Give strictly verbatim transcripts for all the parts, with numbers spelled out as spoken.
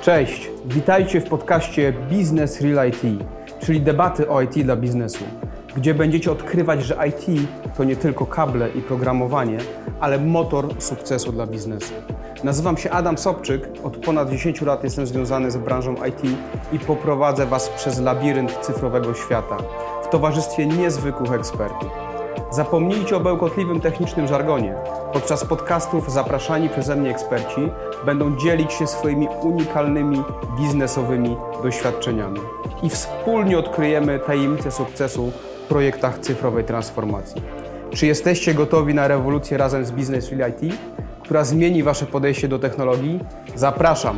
Cześć, witajcie w podcaście Business Real I T, czyli debaty o I T dla biznesu, gdzie będziecie odkrywać, że I T to nie tylko kable i programowanie, ale motor sukcesu dla biznesu. Nazywam się Adam Sobczyk, od ponad dziesięciu lat jestem związany z branżą I T i poprowadzę Was przez labirynt cyfrowego świata w towarzystwie niezwykłych ekspertów. Zapomnijcie o bełkotliwym technicznym żargonie. Podczas podcastów zapraszani przeze mnie eksperci będą dzielić się swoimi unikalnymi biznesowymi doświadczeniami i wspólnie odkryjemy tajemnice sukcesu w projektach cyfrowej transformacji. Czy jesteście gotowi na rewolucję razem z Business Real I T, która zmieni Wasze podejście do technologii? Zapraszam!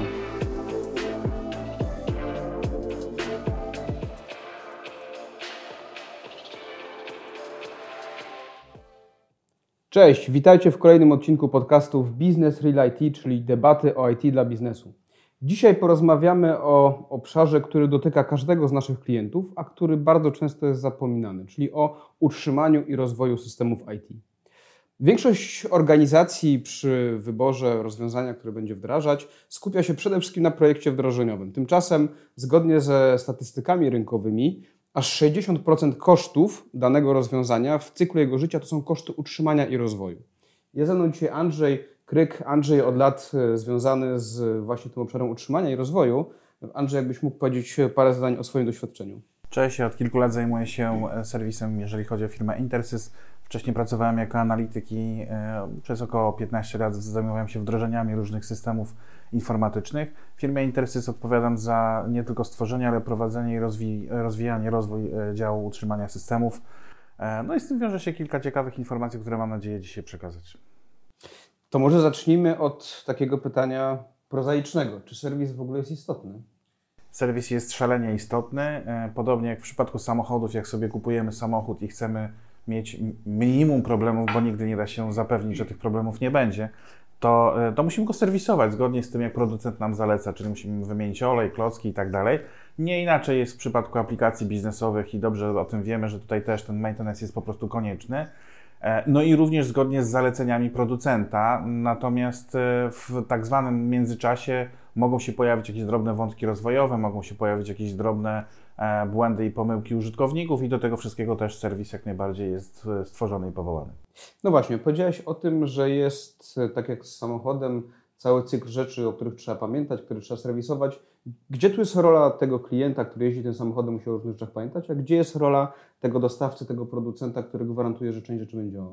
Cześć, witajcie w kolejnym odcinku podcastów Business Real I T, czyli debaty o I T dla biznesu. Dzisiaj porozmawiamy o obszarze, który dotyka każdego z naszych klientów, a który bardzo często jest zapominany, czyli o utrzymaniu i rozwoju systemów I T. Większość organizacji przy wyborze rozwiązania, które będzie wdrażać, skupia się przede wszystkim na projekcie wdrożeniowym. Tymczasem, zgodnie ze statystykami rynkowymi, aż sześćdziesiąt procent kosztów danego rozwiązania w cyklu jego życia to są koszty utrzymania i rozwoju. Jest ze mną dzisiaj Andrzej Kryk. Andrzej od lat związany z właśnie tym obszarem utrzymania i rozwoju. Andrzej, jakbyś mógł powiedzieć parę zdań o swoim doświadczeniu. Cześć, ja od kilku lat zajmuję się serwisem, jeżeli chodzi o firmę Intersys. Wcześniej pracowałem jako analityk i przez około piętnaście lat zajmowałem się wdrożeniami różnych systemów informatycznych. W firmie Intersys odpowiadam za nie tylko stworzenie, ale prowadzenie i rozwi- rozwijanie, rozwój działu utrzymania systemów. No i z tym wiąże się kilka ciekawych informacji, które mam nadzieję dzisiaj przekazać. To może zacznijmy od takiego pytania prozaicznego. Czy serwis w ogóle jest istotny? Serwis jest szalenie istotny. Podobnie jak w przypadku samochodów, jak sobie kupujemy samochód i chcemy mieć minimum problemów, bo nigdy nie da się zapewnić, że tych problemów nie będzie, to, to musimy go serwisować zgodnie z tym, jak producent nam zaleca, czyli musimy wymienić olej, klocki i tak dalej. Nie inaczej jest w przypadku aplikacji biznesowych i dobrze o tym wiemy, że tutaj też ten maintenance jest po prostu konieczny. No i również zgodnie z zaleceniami producenta, natomiast w tak zwanym międzyczasie mogą się pojawić jakieś drobne wątki rozwojowe, mogą się pojawić jakieś drobne błędy i pomyłki użytkowników i do tego wszystkiego też serwis jak najbardziej jest stworzony i powołany. No właśnie, powiedziałeś o tym, że jest, tak jak z samochodem, cały cykl rzeczy, o których trzeba pamiętać, które trzeba serwisować. Gdzie tu jest rola tego klienta, który jeździ tym samochodem, musi o różnych rzeczach pamiętać, a gdzie jest rola tego dostawcy, tego producenta, który gwarantuje, że część rzeczy będzie działała?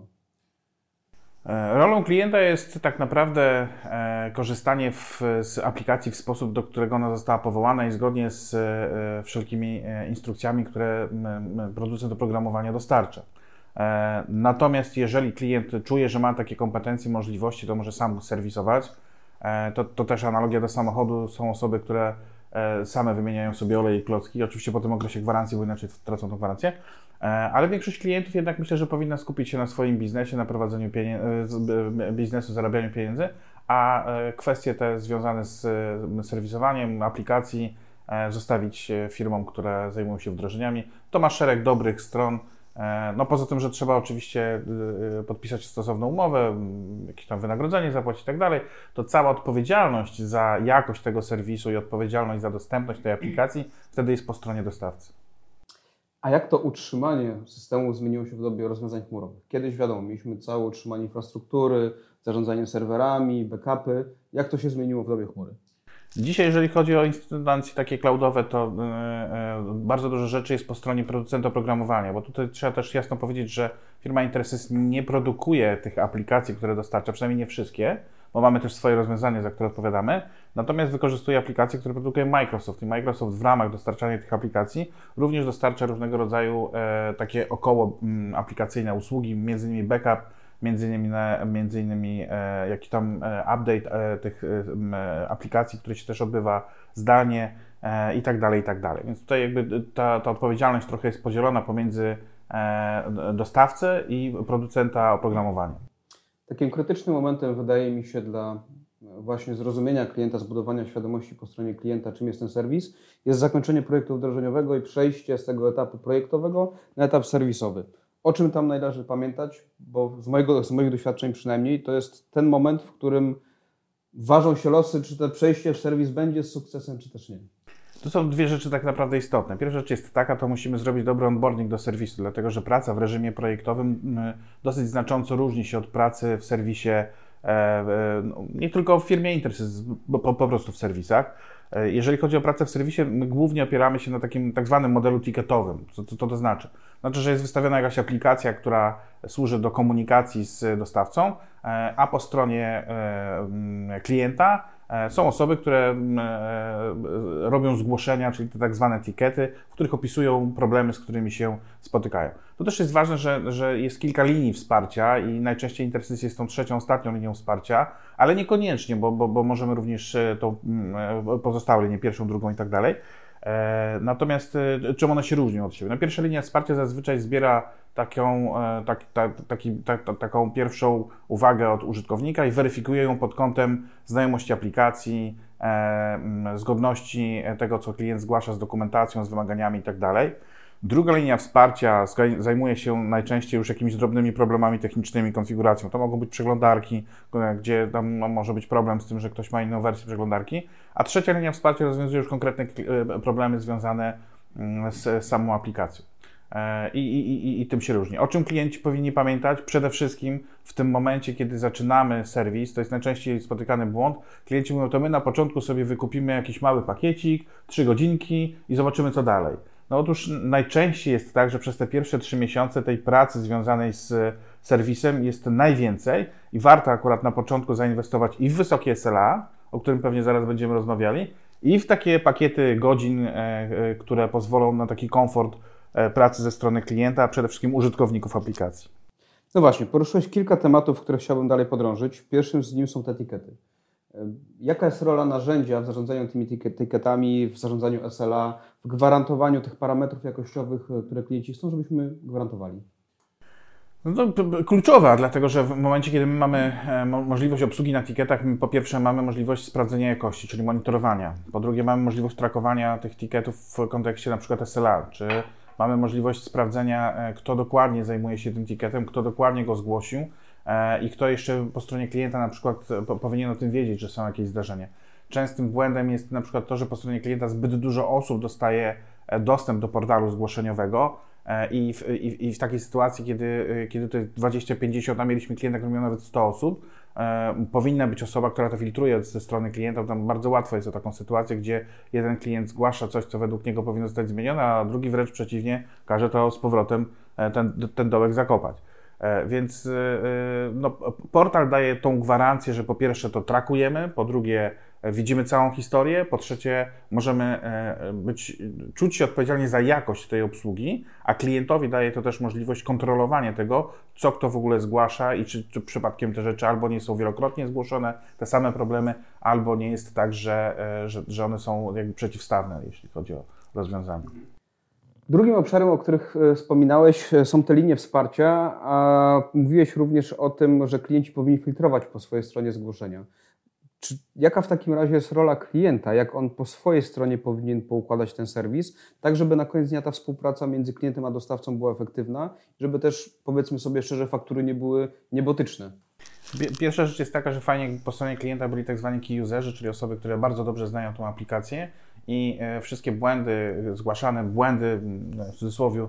Rolą klienta jest tak naprawdę korzystanie w, z aplikacji w sposób, do którego ona została powołana i zgodnie z wszelkimi instrukcjami, które producent oprogramowania dostarcza. Natomiast jeżeli klient czuje, że ma takie kompetencje, możliwości, to może sam serwisować. To, to też analogia do samochodu. Są osoby, które same wymieniają sobie olej i klocki, oczywiście po tym okresie gwarancji, bo inaczej tracą tą gwarancję. Ale większość klientów jednak myślę, że powinna skupić się na swoim biznesie, na prowadzeniu pienię- biznesu, zarabianiu pieniędzy, a kwestie te związane z serwisowaniem aplikacji zostawić firmom, które zajmują się wdrożeniami. To ma szereg dobrych stron. No poza tym, że trzeba oczywiście podpisać stosowną umowę, jakieś tam wynagrodzenie zapłacić i tak dalej, to cała odpowiedzialność za jakość tego serwisu i odpowiedzialność za dostępność tej aplikacji wtedy jest po stronie dostawcy. A jak to utrzymanie systemu zmieniło się w dobie rozwiązań chmurowych? Kiedyś wiadomo, mieliśmy całe utrzymanie infrastruktury, zarządzanie serwerami, backupy. Jak to się zmieniło w dobie chmury? Dzisiaj, jeżeli chodzi o instancje takie cloudowe, to yy, yy, bardzo dużo rzeczy jest po stronie producenta oprogramowania, bo tutaj trzeba też jasno powiedzieć, że firma Intersys nie produkuje tych aplikacji, które dostarcza, przynajmniej nie wszystkie, bo mamy też swoje rozwiązania, za które odpowiadamy, natomiast wykorzystuje aplikacje, które produkuje Microsoft i Microsoft w ramach dostarczania tych aplikacji również dostarcza różnego rodzaju e, takie około m, aplikacyjne usługi, między innymi backup, między innymi, między innymi e, jakiś tam e, update e, tych e, aplikacji, które się też odbywa zdalnie e, i tak dalej, i tak dalej. Więc tutaj jakby ta, ta odpowiedzialność trochę jest podzielona pomiędzy e, dostawcę i producenta oprogramowania. Takim krytycznym momentem wydaje mi się dla właśnie zrozumienia klienta, zbudowania świadomości po stronie klienta, czym jest ten serwis, jest zakończenie projektu wdrożeniowego i przejście z tego etapu projektowego na etap serwisowy. O czym tam należy pamiętać? Bo z, mojego, z moich doświadczeń przynajmniej to jest ten moment, w którym ważą się losy, czy to przejście w serwis będzie z sukcesem, czy też nie. To są dwie rzeczy tak naprawdę istotne. Pierwsza rzecz jest taka, to musimy zrobić dobry onboarding do serwisu, dlatego że praca w reżimie projektowym dosyć znacząco różni się od pracy w serwisie, nie tylko w firmie Intersys, bo po, po prostu w serwisach. Jeżeli chodzi o pracę w serwisie, my głównie opieramy się na takim tak zwanym modelu ticketowym. Co to, to, to znaczy? Znaczy, że jest wystawiona jakaś aplikacja, która służy do komunikacji z dostawcą, a po stronie klienta są osoby, które robią zgłoszenia, czyli te tak zwane tickety, w których opisują problemy, z którymi się spotykają. To też jest ważne, że, że jest kilka linii wsparcia i najczęściej Intersys jest tą trzecią, ostatnią linią wsparcia, ale niekoniecznie, bo, bo, bo możemy również tą pozostałe linie, pierwszą, drugą i tak dalej. Natomiast czym one się różnią od siebie? No, pierwsza linia wsparcia zazwyczaj zbiera taką, tak, ta, taki, ta, ta, taką pierwszą uwagę od użytkownika i weryfikuje ją pod kątem znajomości aplikacji, e, zgodności tego, co klient zgłasza z dokumentacją, z wymaganiami i tak dalej. Druga linia wsparcia zajmuje się najczęściej już jakimiś drobnymi problemami technicznymi, konfiguracją. To mogą być przeglądarki, gdzie tam może być problem z tym, że ktoś ma inną wersję przeglądarki. A trzecia linia wsparcia rozwiązuje już konkretne problemy związane z samą aplikacją. I, i, i, I tym się różni. O czym klienci powinni pamiętać? Przede wszystkim w tym momencie, kiedy zaczynamy serwis, to jest najczęściej spotykany błąd, klienci mówią, to my na początku sobie wykupimy jakiś mały pakiecik, trzy godzinki i zobaczymy, co dalej. No otóż najczęściej jest tak, że przez te pierwsze trzy miesiące tej pracy związanej z serwisem jest najwięcej i warto akurat na początku zainwestować i w wysokie S L A, o którym pewnie zaraz będziemy rozmawiali, i w takie pakiety godzin, które pozwolą na taki komfort pracy ze strony klienta, a przede wszystkim użytkowników aplikacji. No właśnie, poruszyłeś kilka tematów, które chciałbym dalej podrążyć. Pierwszym z nich są te etykiety. Jaka jest rola narzędzia w zarządzaniu tymi etykietami, w zarządzaniu S L A, w gwarantowaniu tych parametrów jakościowych, które klienci chcą, żebyśmy gwarantowali? No to kluczowa, dlatego że w momencie, kiedy my mamy możliwość obsługi na etykietach, my po pierwsze mamy możliwość sprawdzenia jakości, czyli monitorowania. Po drugie mamy możliwość trakowania tych etykietów w kontekście na przykład S L A, czy mamy możliwość sprawdzenia, kto dokładnie zajmuje się tym etykietem, kto dokładnie go zgłosił i kto jeszcze po stronie klienta na przykład powinien o tym wiedzieć, że są jakieś zdarzenia. Częstym błędem jest na przykład to, że po stronie klienta zbyt dużo osób dostaje dostęp do portalu zgłoszeniowego i w, i, i w takiej sytuacji, kiedy, kiedy to jest dwadzieścia pięćdziesiąt, a mieliśmy klienta, który miał nawet sto osób, e, powinna być osoba, która to filtruje ze strony klienta. Tam bardzo łatwo jest o taką sytuację, gdzie jeden klient zgłasza coś, co według niego powinno zostać zmienione, a drugi wręcz przeciwnie każe to z powrotem ten, ten dołek zakopać. E, więc e, no, portal daje tą gwarancję, że po pierwsze to trackujemy, po drugie widzimy całą historię, po trzecie możemy być, czuć się odpowiedzialni za jakość tej obsługi, a klientowi daje to też możliwość kontrolowania tego, co kto w ogóle zgłasza i czy, czy przypadkiem te rzeczy albo nie są wielokrotnie zgłoszone, te same problemy, albo nie jest tak, że, że, że one są jakby przeciwstawne, jeśli chodzi o rozwiązanie. Drugim obszarem, o których wspominałeś, są te linie wsparcia, a mówiłeś również o tym, że klienci powinni filtrować po swojej stronie zgłoszenia. Czy, jaka w takim razie jest rola klienta, jak on po swojej stronie powinien poukładać ten serwis, tak żeby na koniec dnia ta współpraca między klientem a dostawcą była efektywna, żeby też, powiedzmy sobie szczerze, faktury nie były niebotyczne? Pierwsza rzecz jest taka, że fajnie jakby po stronie klienta byli tak zwani key userzy, czyli osoby, które bardzo dobrze znają tą aplikację i e, wszystkie błędy, zgłaszane błędy w cudzysłowie,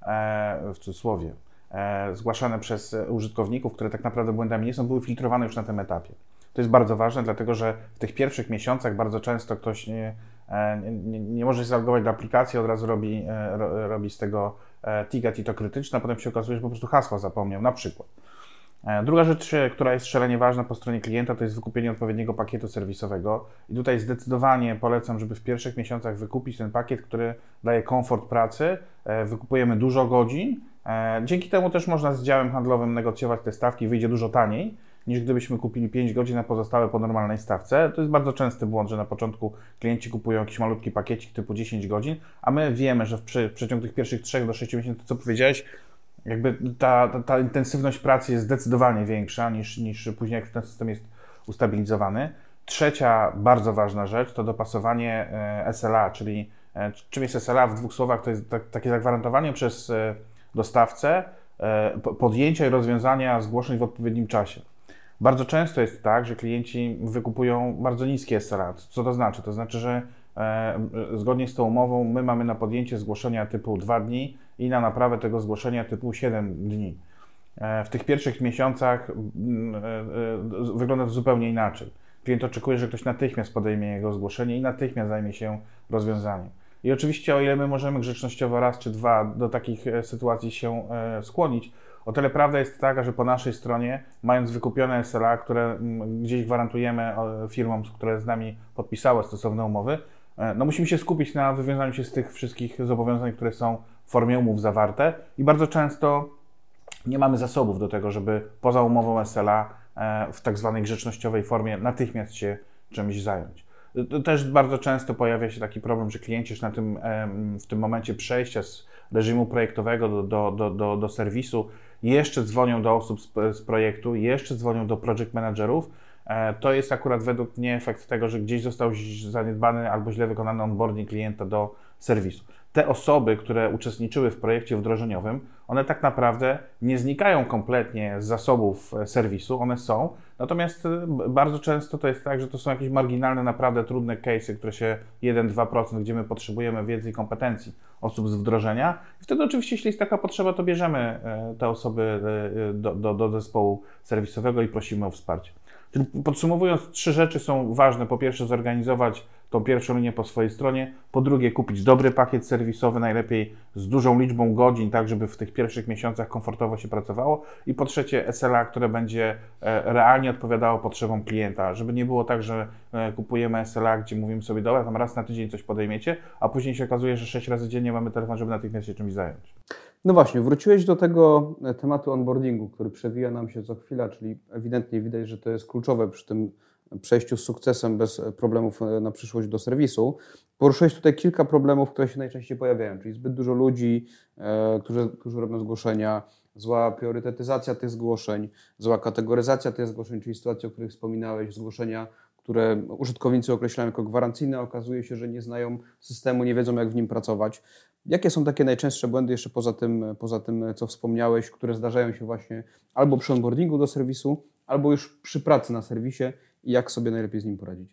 e, w cudzysłowie e, zgłaszane przez użytkowników, które tak naprawdę błędami nie są, były filtrowane już na tym etapie. To jest bardzo ważne, dlatego że w tych pierwszych miesiącach bardzo często ktoś nie, nie, nie może się zalogować do aplikacji, od razu robi, robi z tego ticket i to krytyczne, a potem się okazuje, że po prostu hasła zapomniał, na przykład. Druga rzecz, która jest szalenie ważna po stronie klienta, to jest wykupienie odpowiedniego pakietu serwisowego i tutaj zdecydowanie polecam, żeby w pierwszych miesiącach wykupić ten pakiet, który daje komfort pracy, wykupujemy dużo godzin, dzięki temu też można z działem handlowym negocjować te stawki, wyjdzie dużo taniej, niż gdybyśmy kupili pięć godzin, a pozostałe po normalnej stawce. To jest bardzo częsty błąd, że na początku klienci kupują jakiś malutki pakiecik typu dziesięć godzin, a my wiemy, że w, przy, w przeciągu tych pierwszych trzech do sześciu miesięcy, to co powiedziałeś, jakby ta, ta, ta intensywność pracy jest zdecydowanie większa niż, niż później, jak ten system jest ustabilizowany. Trzecia bardzo ważna rzecz to dopasowanie S L A, czyli czym jest S L A w dwóch słowach, to jest takie zagwarantowanie przez dostawcę podjęcia i rozwiązania zgłoszeń w odpowiednim czasie. Bardzo często jest tak, że klienci wykupują bardzo niskie S L A. Co to znaczy? To znaczy, że e, zgodnie z tą umową my mamy na podjęcie zgłoszenia typu dwa dni i na naprawę tego zgłoszenia typu siedem dni. E, w tych pierwszych miesiącach e, e, wygląda to zupełnie inaczej. Klient oczekuje, że ktoś natychmiast podejmie jego zgłoszenie i natychmiast zajmie się rozwiązaniem. I oczywiście o ile my możemy grzecznościowo raz czy dwa do takich sytuacji się e, skłonić, o tyle prawda jest taka, że po naszej stronie, mając wykupione S L A, które gdzieś gwarantujemy firmom, które z nami podpisały stosowne umowy, no musimy się skupić na wywiązaniu się z tych wszystkich zobowiązań, które są w formie umów zawarte i bardzo często nie mamy zasobów do tego, żeby poza umową S L A w tak zwanej grzecznościowej formie natychmiast się czymś zająć. Też bardzo często pojawia się taki problem, że klienci już na tym, w tym momencie przejścia z reżimu projektowego do, do, do, do, do serwisu jeszcze dzwonią do osób z, z projektu, jeszcze dzwonią do project managerów. To jest akurat według mnie efekt tego, że gdzieś został zaniedbany albo źle wykonany onboarding klienta do serwisu. Te osoby, które uczestniczyły w projekcie wdrożeniowym, one tak naprawdę nie znikają kompletnie z zasobów serwisu, one są, natomiast bardzo często to jest tak, że to są jakieś marginalne, naprawdę trudne case'y, które się jeden do dwóch procent, gdzie my potrzebujemy wiedzy i kompetencji osób z wdrożenia. I wtedy oczywiście, jeśli jest taka potrzeba, to bierzemy te osoby do, do, do zespołu serwisowego i prosimy o wsparcie. Czyli podsumowując, trzy rzeczy są ważne. Po pierwsze, zorganizować tą pierwszą linię po swojej stronie. Po drugie, kupić dobry pakiet serwisowy, najlepiej z dużą liczbą godzin, tak żeby w tych pierwszych miesiącach komfortowo się pracowało. I po trzecie, S L A, które będzie realnie odpowiadało potrzebom klienta. Żeby nie było tak, że kupujemy S L A, gdzie mówimy sobie, dobra, tam raz na tydzień coś podejmiecie, a później się okazuje, że sześć razy dziennie mamy telefon, żeby natychmiast się czymś zająć. No właśnie, wróciłeś do tego tematu onboardingu, który przewija nam się co chwila, czyli ewidentnie widać, że to jest kluczowe przy tym przejściu z sukcesem bez problemów na przyszłość do serwisu. Poruszyłeś tutaj kilka problemów, które się najczęściej pojawiają, czyli zbyt dużo ludzi, e, którzy, którzy robią zgłoszenia, zła priorytetyzacja tych zgłoszeń, zła kategoryzacja tych zgłoszeń, czyli sytuacje, o których wspominałeś, zgłoszenia, które użytkownicy określają jako gwarancyjne, okazuje się, że nie znają systemu, nie wiedzą, jak w nim pracować. Jakie są takie najczęstsze błędy jeszcze poza tym, poza tym, co wspomniałeś, które zdarzają się właśnie albo przy onboardingu do serwisu, albo już przy pracy na serwisie i jak sobie najlepiej z nim poradzić?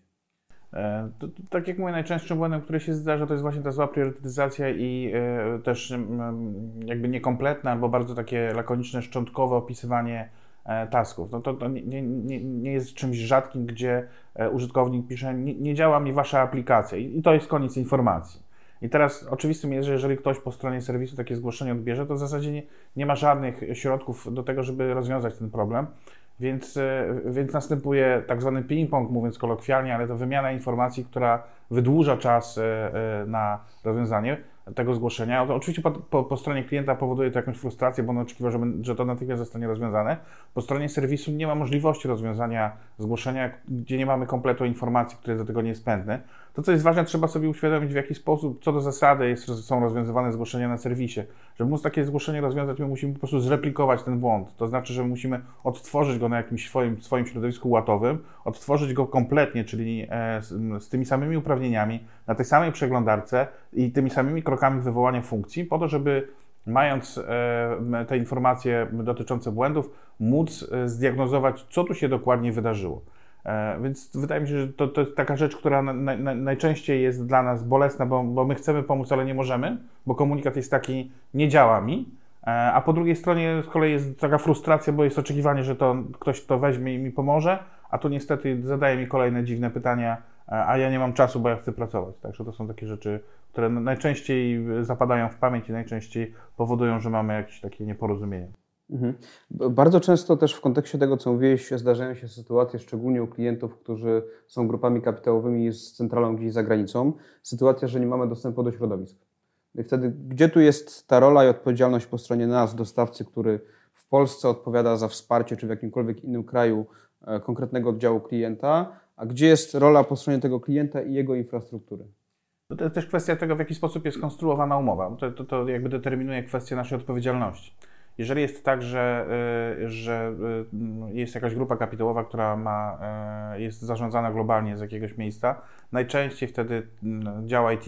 E, to, to, tak jak mówię, najczęstszym błędem, który się zdarza, to jest właśnie ta zła priorytetyzacja i e, też e, jakby niekompletne albo bardzo takie lakoniczne, szczątkowe opisywanie e, tasków. No to, to nie, nie, nie jest czymś rzadkim, gdzie e, użytkownik pisze, nie, nie działa mi wasza aplikacja i, i to jest koniec informacji. I teraz oczywistym jest, że jeżeli ktoś po stronie serwisu takie zgłoszenie odbierze, to w zasadzie nie, nie ma żadnych środków do tego, żeby rozwiązać ten problem. Więc, więc następuje tak zwany ping-pong, mówiąc kolokwialnie, ale to wymiana informacji, która wydłuża czas na rozwiązanie tego zgłoszenia. To oczywiście po, po, po stronie klienta powoduje to jakąś frustrację, bo on oczekiwał, że, że to natychmiast zostanie rozwiązane. Po stronie serwisu nie ma możliwości rozwiązania zgłoszenia, gdzie nie mamy kompletu informacji, który jest do tego niezbędny. To, co jest ważne, trzeba sobie uświadomić, w jaki sposób, co do zasady jest, są rozwiązywane zgłoszenia na serwisie. Żeby móc takie zgłoszenie rozwiązać, my musimy po prostu zreplikować ten błąd. To znaczy, że musimy odtworzyć go na jakimś swoim, swoim środowisku łatowym, odtworzyć go kompletnie, czyli z, z tymi samymi uprawnieniami, na tej samej przeglądarce i tymi samymi krokami wywołania funkcji, po to, żeby mając te informacje dotyczące błędów, móc zdiagnozować, co tu się dokładnie wydarzyło. Więc wydaje mi się, że to, to jest taka rzecz, która na, na, najczęściej jest dla nas bolesna, bo, bo my chcemy pomóc, ale nie możemy, bo komunikat jest taki, nie działa mi, a po drugiej stronie z kolei jest taka frustracja, bo jest oczekiwanie, że to ktoś to weźmie i mi pomoże, a tu niestety zadaje mi kolejne dziwne pytania, a ja nie mam czasu, bo ja chcę pracować. Także to są takie rzeczy, które najczęściej zapadają w pamięć i najczęściej powodują, że mamy jakieś takie nieporozumienie. Mhm. Bardzo często też w kontekście tego, co mówiłeś, zdarzają się sytuacje, szczególnie u klientów, którzy są grupami kapitałowymi z centralą gdzieś za granicą, sytuacja, że nie mamy dostępu do środowisk. I wtedy, gdzie tu jest ta rola i odpowiedzialność po stronie nas, dostawcy, który w Polsce odpowiada za wsparcie, czy w jakimkolwiek innym kraju konkretnego oddziału klienta, a gdzie jest rola po stronie tego klienta i jego infrastruktury? To jest też kwestia tego, w jaki sposób jest konstruowana umowa. To, to, to jakby determinuje kwestię naszej odpowiedzialności. Jeżeli jest tak, że, że jest jakaś grupa kapitałowa, która ma, jest zarządzana globalnie z jakiegoś miejsca, najczęściej wtedy dział I T,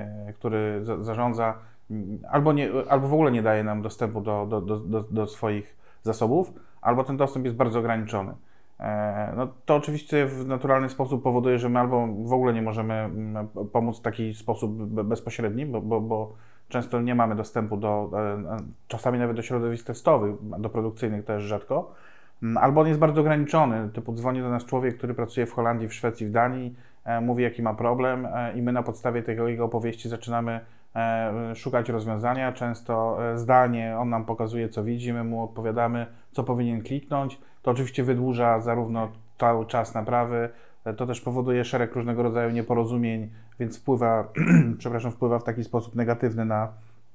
który zarządza, albo, nie, albo w ogóle nie daje nam dostępu do, do, do, do swoich zasobów, albo ten dostęp jest bardzo ograniczony. no to oczywiście w naturalny sposób powoduje, że my albo w ogóle nie możemy pomóc w taki sposób bezpośredni, bo, bo, bo często nie mamy dostępu do, czasami nawet do środowisk testowych, do produkcyjnych też rzadko, albo on jest bardzo ograniczony, typu dzwoni do nas człowiek, który pracuje w Holandii, w Szwecji, w Danii, mówi jaki ma problem i my na podstawie tego jego opowieści zaczynamy szukać rozwiązania, często zdalnie on nam pokazuje co widzi, my mu odpowiadamy co powinien kliknąć, to oczywiście wydłuża zarówno cały czas naprawy, to też powoduje szereg różnego rodzaju nieporozumień, więc wpływa, przepraszam, wpływa w taki sposób negatywny na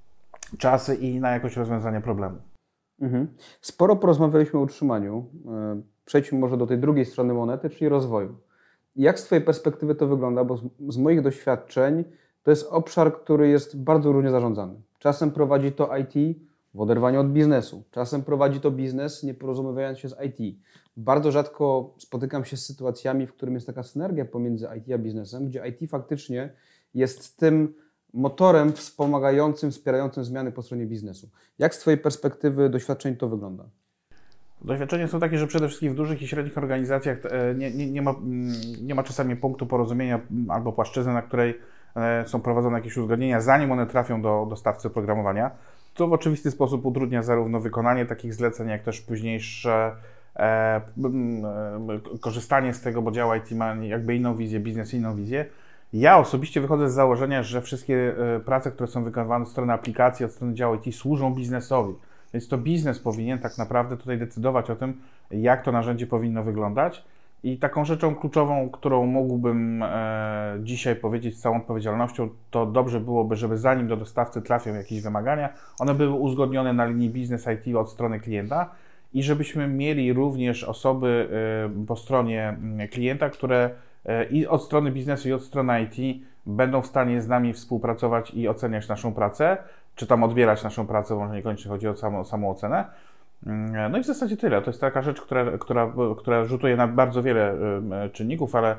czasy i na jakość rozwiązania problemu. Mhm. Sporo porozmawialiśmy o utrzymaniu. Przejdźmy może do tej drugiej strony monety, czyli rozwoju. Jak z Twojej perspektywy to wygląda? Bo z, z moich doświadczeń to jest obszar, który jest bardzo różnie zarządzany. Czasem prowadzi to I T w oderwaniu od biznesu. Czasem prowadzi to biznes, nie porozumiewając się z I T. Bardzo rzadko spotykam się z sytuacjami, w którym jest taka synergia pomiędzy I T a biznesem, gdzie I T faktycznie jest tym motorem wspomagającym, wspierającym zmiany po stronie biznesu. Jak z Twojej perspektywy doświadczeń to wygląda? Doświadczenia są takie, że przede wszystkim w dużych i średnich organizacjach nie, nie, nie, ma, nie ma czasami punktu porozumienia albo płaszczyzny, na której są prowadzone jakieś uzgodnienia, zanim one trafią do dostawcy oprogramowania. To w oczywisty sposób utrudnia zarówno wykonanie takich zleceń, jak też późniejsze e, korzystanie z tego, bo dział I T ma jakby inną wizję, biznes inną wizję. Ja osobiście wychodzę z założenia, że wszystkie prace, które są wykonywane od strony aplikacji, od strony działu I T służą biznesowi. Więc to biznes powinien tak naprawdę tutaj decydować o tym, jak to narzędzie powinno wyglądać. I taką rzeczą kluczową, którą mógłbym e, dzisiaj powiedzieć z całą odpowiedzialnością, to dobrze byłoby, żeby zanim do dostawcy trafią jakieś wymagania, one były uzgodnione na linii biznes I T od strony klienta i żebyśmy mieli również osoby e, po stronie klienta, które e, i od strony biznesu i od strony I T będą w stanie z nami współpracować i oceniać naszą pracę, czy tam odbierać naszą pracę, może niekoniecznie chodzi o samą, samą ocenę. No i w zasadzie tyle. To jest taka rzecz, która, która, która rzutuje na bardzo wiele czynników, ale,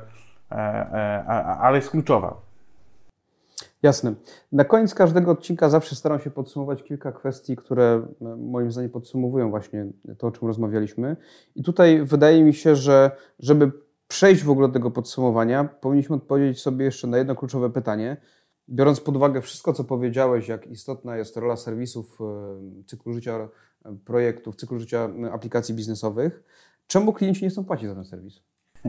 ale jest kluczowa. Jasne. Na koniec każdego odcinka zawsze staram się podsumować kilka kwestii, które moim zdaniem podsumowują właśnie to, o czym rozmawialiśmy. I tutaj wydaje mi się, że żeby przejść w ogóle do tego podsumowania, powinniśmy odpowiedzieć sobie jeszcze na jedno kluczowe pytanie. Biorąc pod uwagę wszystko, co powiedziałeś, jak istotna jest rola serwisów w cyklu życia projektów, w cyklu życia aplikacji biznesowych, czemu klienci nie chcą płacić za ten serwis?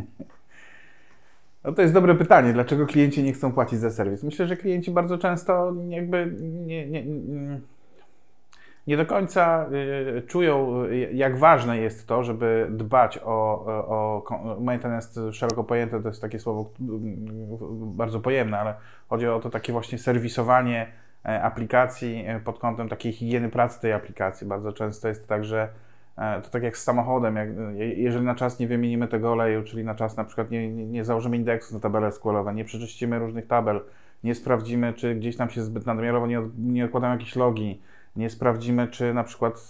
No to jest dobre pytanie. Dlaczego klienci nie chcą płacić za serwis? Myślę, że klienci bardzo często jakby nie, nie, nie do końca czują, jak ważne jest to, żeby dbać o, o maintenance szeroko pojęte, to jest takie słowo bardzo pojemne, ale chodzi o to takie właśnie serwisowanie aplikacji pod kątem takiej higieny pracy tej aplikacji. Bardzo często jest tak, że to tak jak z samochodem, jak, jeżeli na czas nie wymienimy tego oleju, czyli na czas na przykład nie, nie, nie założymy indeksu na tabelę S Q L-owe, nie przeczyścimy różnych tabel, nie sprawdzimy, czy gdzieś nam się zbyt nadmiarowo nie, od, nie odkładają jakieś logi, nie sprawdzimy, czy na przykład y,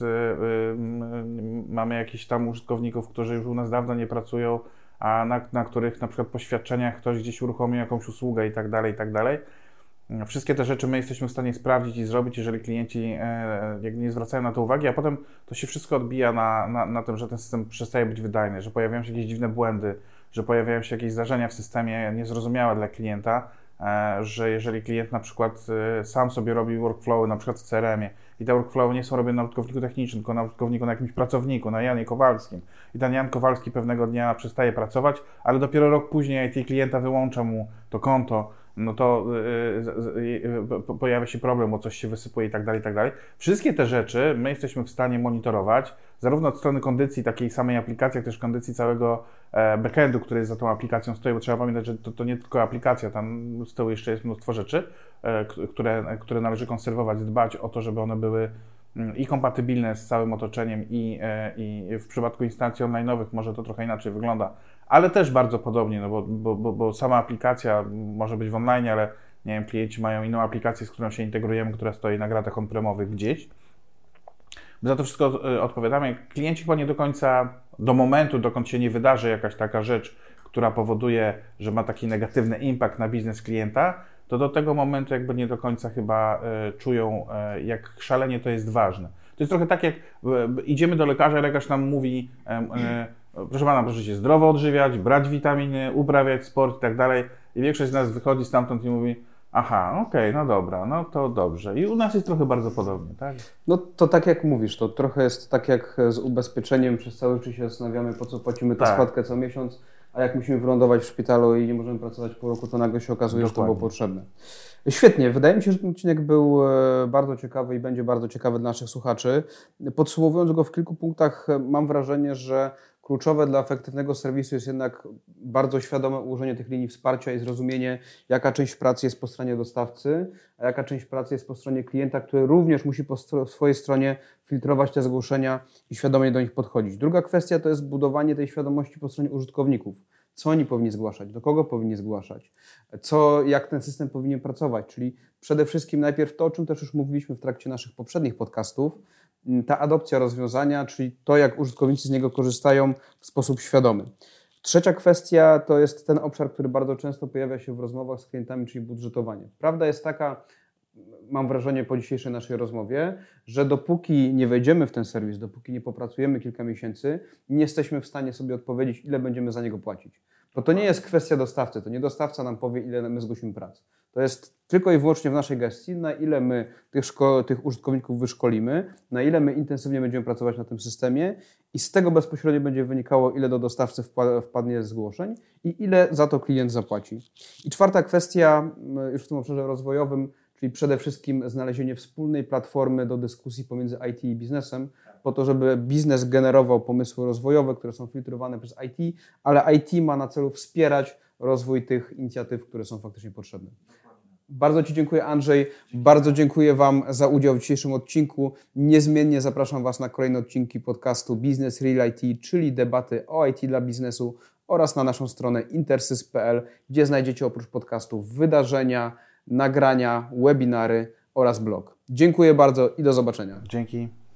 y, mamy jakichś tam użytkowników, którzy już u nas dawno nie pracują, a na, na których na przykład po świadczeniach ktoś gdzieś uruchomił jakąś usługę i tak dalej, i tak dalej. Wszystkie te rzeczy my jesteśmy w stanie sprawdzić i zrobić, jeżeli klienci e, nie zwracają na to uwagi, a potem to się wszystko odbija na, na, na tym, że ten system przestaje być wydajny, że pojawiają się jakieś dziwne błędy, że pojawiają się jakieś zdarzenia w systemie niezrozumiałe dla klienta, e, że jeżeli klient na przykład e, sam sobie robi workflowy, na przykład w C R M ie i te workflowy nie są robione na użytkowniku technicznym, tylko na użytkowniku, na jakimś pracowniku, na Janie Kowalskim i ten Jan Kowalski pewnego dnia przestaje pracować, ale dopiero rok później I T klienta wyłącza mu to konto, no to y, y, y, pojawia się problem, bo coś się wysypuje i tak dalej, i tak dalej. Wszystkie te rzeczy my jesteśmy w stanie monitorować, zarówno od strony kondycji takiej samej aplikacji, jak też kondycji całego e, backendu, który za tą aplikacją stoi, bo trzeba pamiętać, że to, to nie tylko aplikacja, tam z tyłu jeszcze jest mnóstwo rzeczy, e, które, które należy konserwować, dbać o to, żeby one były i kompatybilne z całym otoczeniem i, e, i w przypadku instancji online'owych może to trochę inaczej wygląda, ale też bardzo podobnie, no bo, bo, bo, bo sama aplikacja może być w online, ale nie wiem, klienci mają inną aplikację, z którą się integrujemy, która stoi na gratach on-premowych gdzieś. My za to wszystko odpowiadamy. Klienci chyba nie do końca, do momentu, dokąd się nie wydarzy jakaś taka rzecz, która powoduje, że ma taki negatywny impact na biznes klienta, to do tego momentu jakby nie do końca chyba y, czują, y, jak szalenie to jest ważne. To jest trochę tak, jak y, idziemy do lekarza, lekarz nam mówi, y, y, proszę Pana, proszę się zdrowo odżywiać, brać witaminy, uprawiać sport i tak dalej. I większość z nas wychodzi stamtąd i mówi, aha, okej, okay, no dobra, no to dobrze. I u nas jest trochę bardzo podobnie, tak? No to tak jak mówisz, to trochę jest tak jak z ubezpieczeniem, przez cały czas się zastanawiamy, po co płacimy tę tak. składkę co miesiąc, a jak musimy wylądować w szpitalu i nie możemy pracować pół roku, to nagle się okazuje, Dokładnie. że to było potrzebne. Świetnie, wydaje mi się, że ten odcinek był bardzo ciekawy i będzie bardzo ciekawy dla naszych słuchaczy. Podsumowując go w kilku punktach, mam wrażenie, że kluczowe dla efektywnego serwisu jest jednak bardzo świadome ułożenie tych linii wsparcia i zrozumienie, jaka część pracy jest po stronie dostawcy, a jaka część pracy jest po stronie klienta, który również musi po swojej stronie filtrować te zgłoszenia i świadomie do nich podchodzić. Druga kwestia to jest budowanie tej świadomości po stronie użytkowników. Co oni powinni zgłaszać, do kogo powinni zgłaszać, co, jak ten system powinien pracować, czyli przede wszystkim najpierw to, o czym też już mówiliśmy w trakcie naszych poprzednich podcastów, ta adopcja rozwiązania, czyli to, jak użytkownicy z niego korzystają w sposób świadomy. Trzecia kwestia to jest ten obszar, który bardzo często pojawia się w rozmowach z klientami, czyli budżetowanie. Prawda jest taka, mam wrażenie po dzisiejszej naszej rozmowie, że dopóki nie wejdziemy w ten serwis, dopóki nie popracujemy kilka miesięcy, nie jesteśmy w stanie sobie odpowiedzieć, ile będziemy za niego płacić. Bo to nie jest kwestia dostawcy, to nie dostawca nam powie, ile my zgłosimy prac. To jest tylko i wyłącznie w naszej gestii, na ile my tych, szko- tych użytkowników wyszkolimy, na ile my intensywnie będziemy pracować na tym systemie i z tego bezpośrednio będzie wynikało, ile do dostawcy wpa- wpadnie zgłoszeń i ile za to klient zapłaci. I czwarta kwestia, już w tym obszarze rozwojowym, czyli przede wszystkim znalezienie wspólnej platformy do dyskusji pomiędzy I T i biznesem, po to, żeby biznes generował pomysły rozwojowe, które są filtrowane przez I T, ale I T ma na celu wspierać rozwój tych inicjatyw, które są faktycznie potrzebne. Bardzo Ci dziękuję, Andrzej. Bardzo dziękuję Wam za udział w dzisiejszym odcinku. Niezmiennie zapraszam Was na kolejne odcinki podcastu Business Real I T, czyli debaty o I T dla biznesu, oraz na naszą stronę intersys kropka p l, gdzie znajdziecie oprócz podcastów wydarzenia, nagrania, webinary oraz blog. Dziękuję bardzo i do zobaczenia. Dzięki.